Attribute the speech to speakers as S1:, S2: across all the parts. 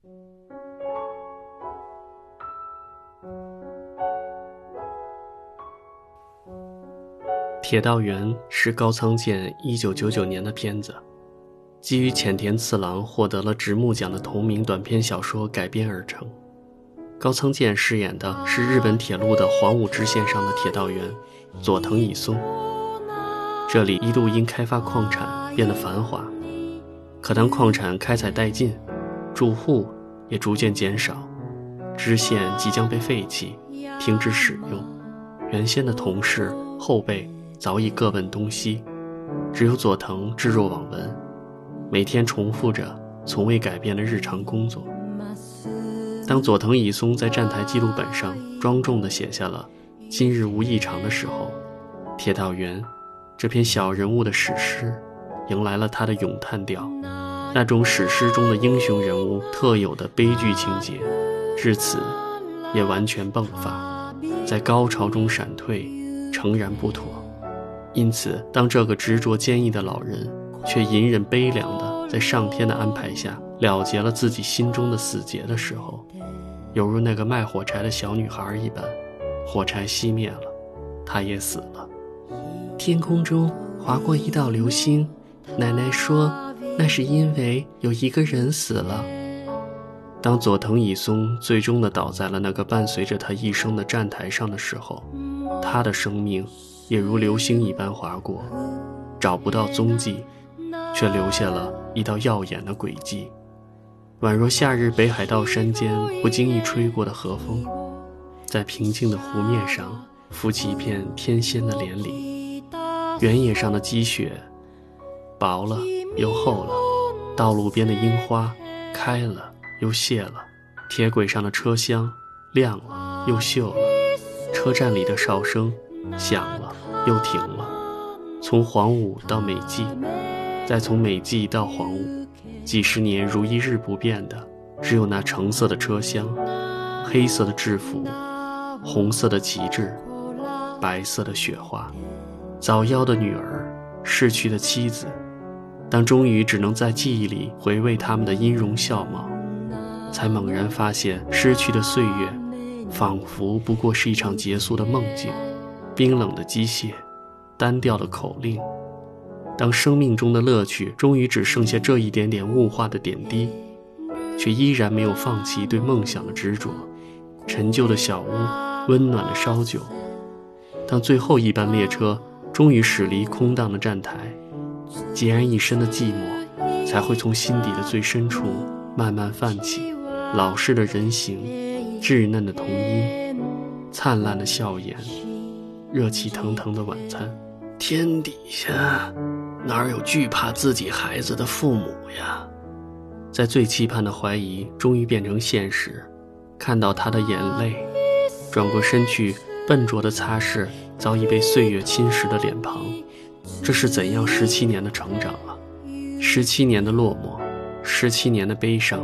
S1: 铁道员是高仓健1999年的片子，基于浅田次郎获得了直木奖的同名短篇小说改编而成。高仓健饰演的是日本铁路的黄武支线上的铁道员佐藤乙松。这里一度因开发矿产变得繁华，可当矿产开采殆尽，住户也逐渐减少，支线即将被废弃，停止使用。原先的同事后辈早已各奔东西，只有佐藤置若罔闻，每天重复着从未改变的日常工作。当佐藤乙松在站台记录本上庄重地写下了今日无异常的时候，铁道员这篇小人物的史诗迎来了他的咏叹调，那种史诗中的英雄人物特有的悲剧情节至此也完全迸发，在高潮中闪退，诚然不妥。因此当这个执着坚毅的老人却隐忍悲凉地在上天的安排下了结了自己心中的死结的时候，犹如那个卖火柴的小女孩一般，火柴熄灭了，她也死了。天空中划过一道流星，奶奶说那是因为有一个人死了。当佐藤乙松最终地倒在了那个伴随着他一生的站台上的时候，他的生命也如流星一般划过，找不到踪迹，却留下了一道耀眼的轨迹，宛若夏日北海道山间不经意吹过的和风，在平静的湖面上浮起一片天仙的连理。原野上的积雪薄了又厚了，道路边的樱花开了又谢了，铁轨上的车厢亮了又锈了，车站里的哨声响了又停了。从黄武到美纪，再从美纪到黄武，几十年如一日不变的只有那橙色的车厢，黑色的制服，红色的旗帜，白色的雪花，早夭的女儿，逝去的妻子。当终于只能在记忆里回味他们的音容笑貌，才猛然发现失去的岁月仿佛不过是一场结束的梦境，冰冷的机械，单调的口令。当生命中的乐趣终于只剩下这一点点物化的点滴，却依然没有放弃对梦想的执着。陈旧的小屋，温暖的烧酒。当最后一班列车终于驶离空荡的站台，孑然一身的寂寞才会从心底的最深处慢慢泛起。老式的人形，稚嫩的童音，灿烂的笑颜，热气腾腾的晚餐。天底下哪有惧怕自己孩子的父母呀？在最期盼的怀疑终于变成现实，看到他的眼泪，转过身去笨拙地擦拭早已被岁月侵蚀的脸庞。这是怎样17年的成长啊！17年的落寞，17年的悲伤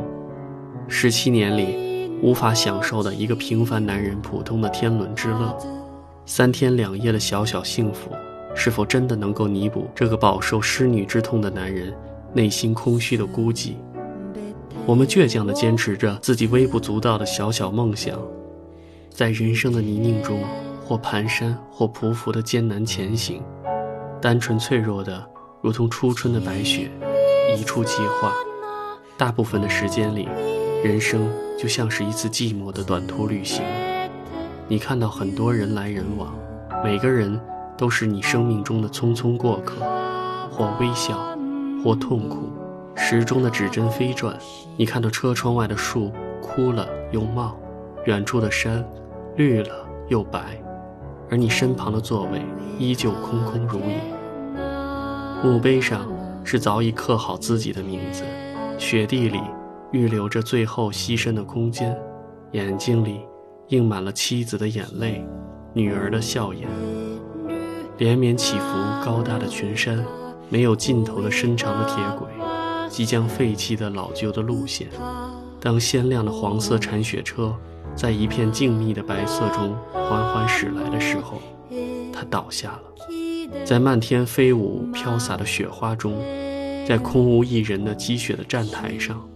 S1: ，17年里无法享受的一个平凡男人普通的天伦之乐。3天2夜的小小幸福，是否真的能够弥补这个饱受失女之痛的男人内心空虚的孤寂？我们倔强地坚持着自己微不足道的小小梦想，在人生的泥泞中或蹒跚或匍匐的艰难前行，单纯脆弱的如同初春的白雪，一触即化。大部分的时间里，人生就像是一次寂寞的短途旅行。你看到很多人来人往，每个人都是你生命中的匆匆过客，或微笑，或痛苦。时钟的指针飞转，你看到车窗外的树枯了又茂，远处的山绿了又白，而你身旁的座位依旧空空如也。墓碑上是早已刻好自己的名字，雪地里预留着最后牺牲的空间，眼睛里映满了妻子的眼泪，女儿的笑颜。连绵起伏高大的群山，没有尽头的深长的铁轨，即将废弃的老旧的路线。当鲜亮的黄色铲雪车在一片静谧的白色中缓缓驶来的时候，它倒下了。在漫天飞舞飘洒的雪花中，在空无一人的积雪的站台上，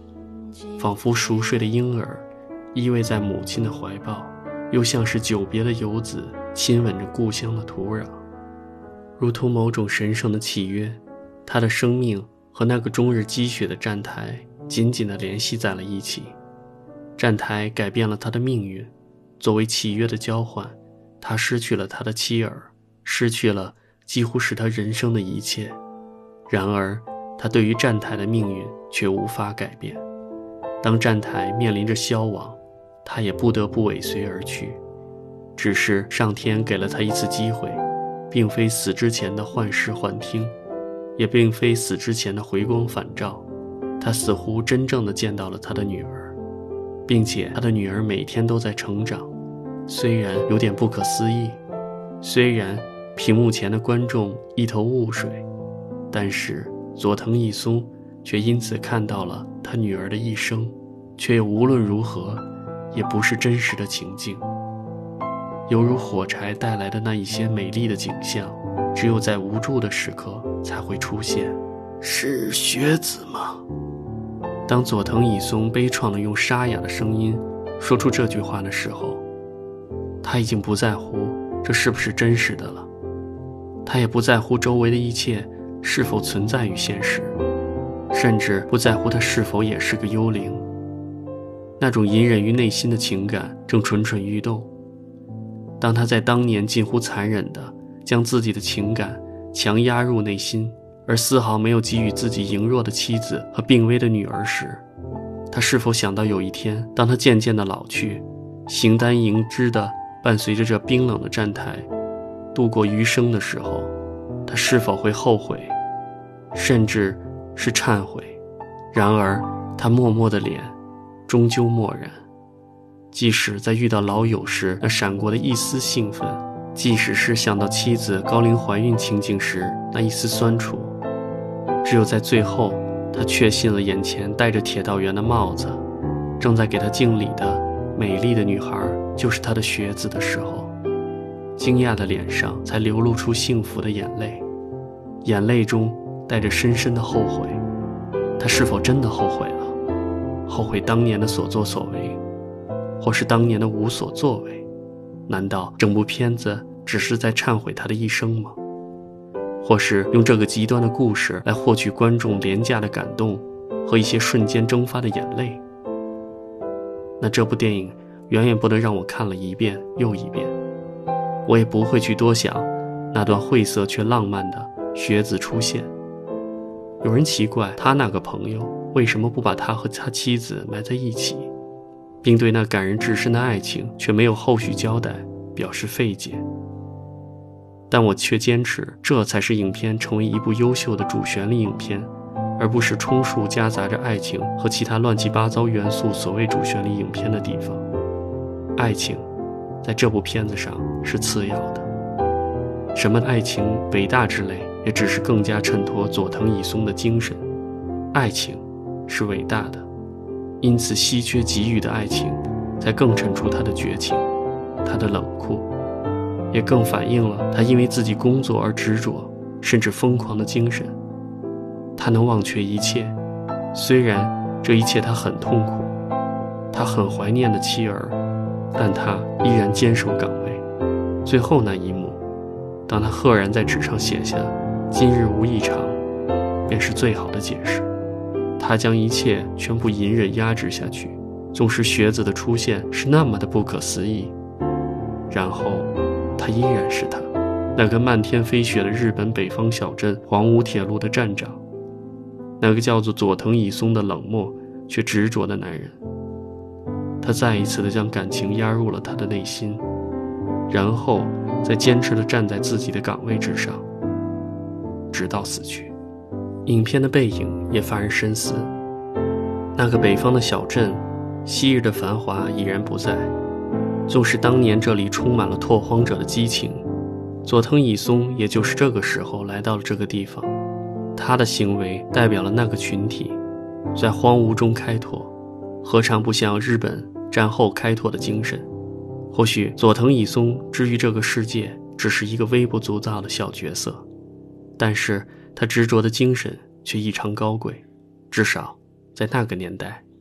S1: 仿佛熟睡的婴儿依偎在母亲的怀抱，又像是久别的游子亲吻着故乡的土壤。如同某种神圣的契约，他的生命和那个终日积雪的站台紧紧地联系在了一起。站台改变了他的命运，作为契约的交换，他失去了他的妻儿，失去了几乎是他人生的一切。然而他对于站台的命运却无法改变。当站台面临着消亡，他也不得不尾随而去。只是上天给了他一次机会，并非死之前的幻视幻听，也并非死之前的回光返照。他似乎真正地见到了他的女儿，并且他的女儿每天都在成长。虽然有点不可思议，虽然屏幕前的观众一头雾水，但是佐藤义松却因此看到了他女儿的一生，却又无论如何也不是真实的情境。犹如火柴带来的那一些美丽的景象，只有在无助的时刻才会出现。是雪子吗？当佐藤义松悲怆地用沙哑的声音说出这句话的时候，他已经不在乎这是不是真实的了，他也不在乎周围的一切是否存在于现实，甚至不在乎他是否也是个幽灵。那种隐忍于内心的情感正蠢蠢欲动。当他在当年近乎残忍地将自己的情感强压入内心，而丝毫没有给予自己羸弱的妻子和病危的女儿时，他是否想到有一天，当他渐渐地老去，形单影只地伴随着这冰冷的站台度过余生的时候，他是否会后悔，甚至是忏悔？然而他默默的脸终究漠然，即使在遇到老友时那闪过的一丝兴奋，即使是想到妻子高龄怀孕情景时那一丝酸楚，只有在最后他确信了眼前戴着铁道员的帽子，正在给他敬礼的美丽的女孩就是他的雪子的时候，惊讶的脸上才流露出幸福的眼泪，眼泪中带着深深的后悔。他是否真的后悔了？后悔当年的所作所为，或是当年的无所作为？难道整部片子只是在忏悔他的一生吗？或是用这个极端的故事来获取观众廉价的感动和一些瞬间蒸发的眼泪？那这部电影远远不能让我看了一遍又一遍，我也不会去多想那段晦涩却浪漫的雪子出现。有人奇怪他那个朋友为什么不把他和他妻子埋在一起，并对那感人至深的爱情却没有后续交代表示费解。但我却坚持，这才是影片成为一部优秀的主旋律影片，而不是充数夹杂着爱情和其他乱七八糟元素所谓主旋律影片的地方。爱情在这部片子上是次要的，什么爱情伟大之类，也只是更加衬托佐藤义松的精神。爱情是伟大的，因此稀缺给予的爱情才更衬出他的绝情，他的冷酷，也更反映了他因为自己工作而执着甚至疯狂的精神。他能忘却一切，虽然这一切他很痛苦，他很怀念的妻儿，但他依然坚守岗位。最后那一幕，当他赫然在纸上写下今日无异常，便是最好的解释。他将一切全部隐忍压制下去，纵使雪子的出现是那么的不可思议，然后他依然是他，那个漫天飞雪的日本北方小镇黄武铁路的站长，那个叫做佐藤义松的冷漠却执着的男人。他再一次地将感情压入了他的内心，然后再坚持地站在自己的岗位之上，直到死去。影片的背影也发人深思，那个北方的小镇，昔日的繁华已然不在，纵使当年这里充满了拓荒者的激情，佐藤义松也就是这个时候来到了这个地方。他的行为代表了那个群体在荒芜中开拓，何尝不像日本战后开拓的精神？或许佐藤义松之于这个世界只是一个微不足道的小角色，但是他执着的精神却异常高贵，至少在那个年代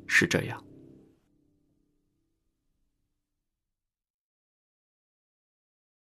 S1: 是这样。